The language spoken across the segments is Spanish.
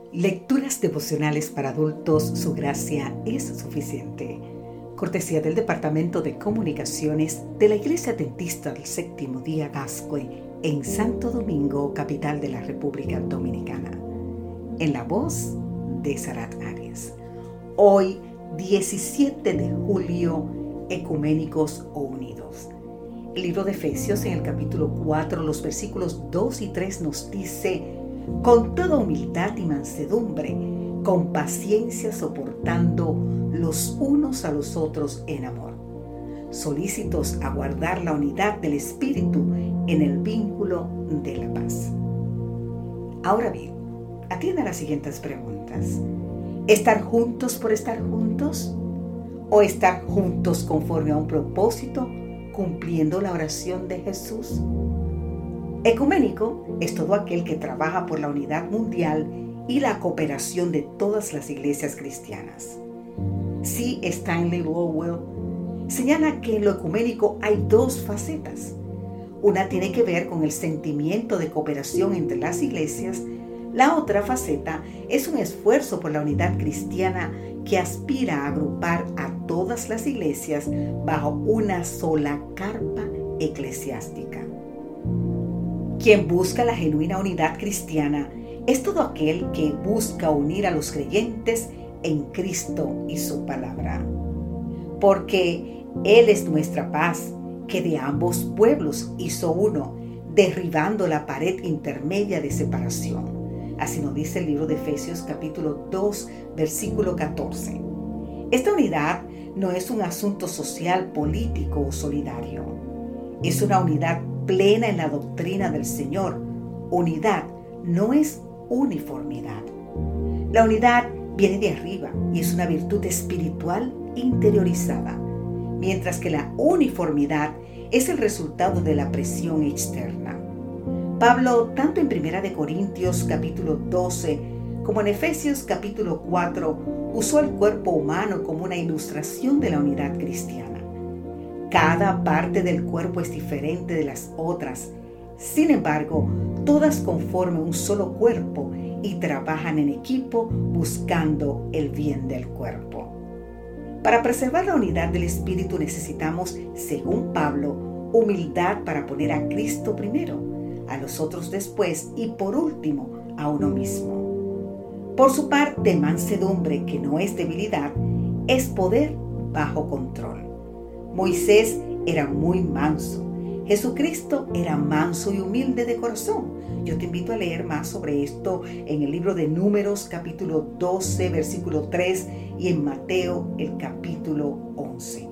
Lecturas devocionales para adultos, su gracia es suficiente. Cortesía del Departamento de Comunicaciones de la Iglesia Adventista del Séptimo Día Gascue en Santo Domingo, capital de la República Dominicana. En la voz de Sarat Arias. Hoy, 17 de julio, Ecuménicos o Unidos. El libro de Efesios en el capítulo 4, los versículos 2 y 3 nos dice: con toda humildad y mansedumbre, con paciencia soportando los unos a los otros en amor, solícitos a guardar la unidad del Espíritu en el vínculo de la paz. Ahora bien, atienda a las siguientes preguntas. ¿Estar juntos por estar juntos? ¿O estar juntos conforme a un propósito, cumpliendo la oración de Jesús? Ecuménico es todo aquel que trabaja por la unidad mundial y la cooperación de todas las iglesias cristianas. C. Stanley Lowell señala que en lo ecuménico hay dos facetas. Una tiene que ver con el sentimiento de cooperación entre las iglesias. La otra faceta es un esfuerzo por la unidad cristiana que aspira a agrupar a todas las iglesias bajo una sola carpa eclesiástica. Quien busca la genuina unidad cristiana es todo aquel que busca unir a los creyentes en Cristo y su palabra. Porque Él es nuestra paz, que de ambos pueblos hizo uno, derribando la pared intermedia de separación. Así nos dice el libro de Efesios capítulo 2, versículo 14. Esta unidad no es un asunto social, político o solidario. Es una unidad plena en la doctrina del Señor. Unidad no es uniformidad. La unidad viene de arriba y es una virtud espiritual interiorizada, mientras que la uniformidad es el resultado de la presión externa. Pablo, tanto en 1 Corintios capítulo 12 como en Efesios capítulo 4, usó el cuerpo humano como una ilustración de la unidad cristiana. Cada parte del cuerpo es diferente de las otras. Sin embargo, todas conforman un solo cuerpo y trabajan en equipo buscando el bien del cuerpo. Para preservar la unidad del Espíritu necesitamos, según Pablo, humildad para poner a Cristo primero, a los otros después y por último a uno mismo. Por su parte, mansedumbre, que no es debilidad, es poder bajo control. Moisés era muy manso. Jesucristo era manso y humilde de corazón. Yo te invito a leer más sobre esto en el libro de Números, capítulo 12, versículo 3, y en Mateo, el capítulo 11.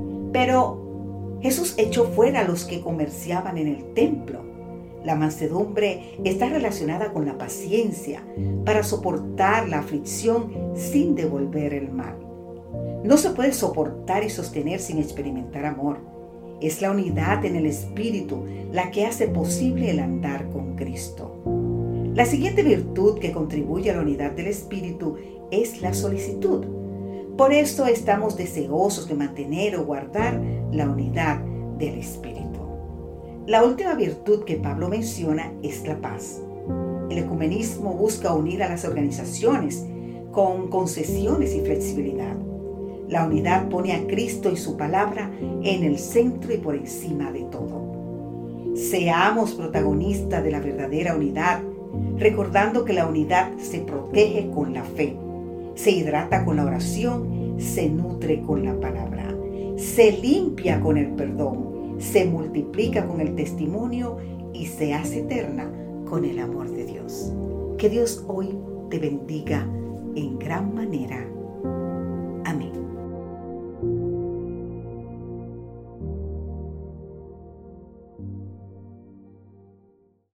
Pero Jesús echó fuera a los que comerciaban en el templo. La mansedumbre está relacionada con la paciencia para soportar la aflicción sin devolver el mal. No se puede soportar y sostener sin experimentar amor. Es la unidad en el Espíritu la que hace posible el andar con Cristo. La siguiente virtud que contribuye a la unidad del Espíritu es la solicitud. Por eso estamos deseosos de mantener o guardar la unidad del Espíritu. La última virtud que Pablo menciona es la paz. El ecumenismo busca unir a las organizaciones con concesiones y flexibilidad. La unidad pone a Cristo y su palabra en el centro y por encima de todo. Seamos protagonistas de la verdadera unidad, recordando que la unidad se protege con la fe, se hidrata con la oración, se nutre con la palabra, se limpia con el perdón, se multiplica con el testimonio y se hace eterna con el amor de Dios. Que Dios hoy te bendiga en gran manera.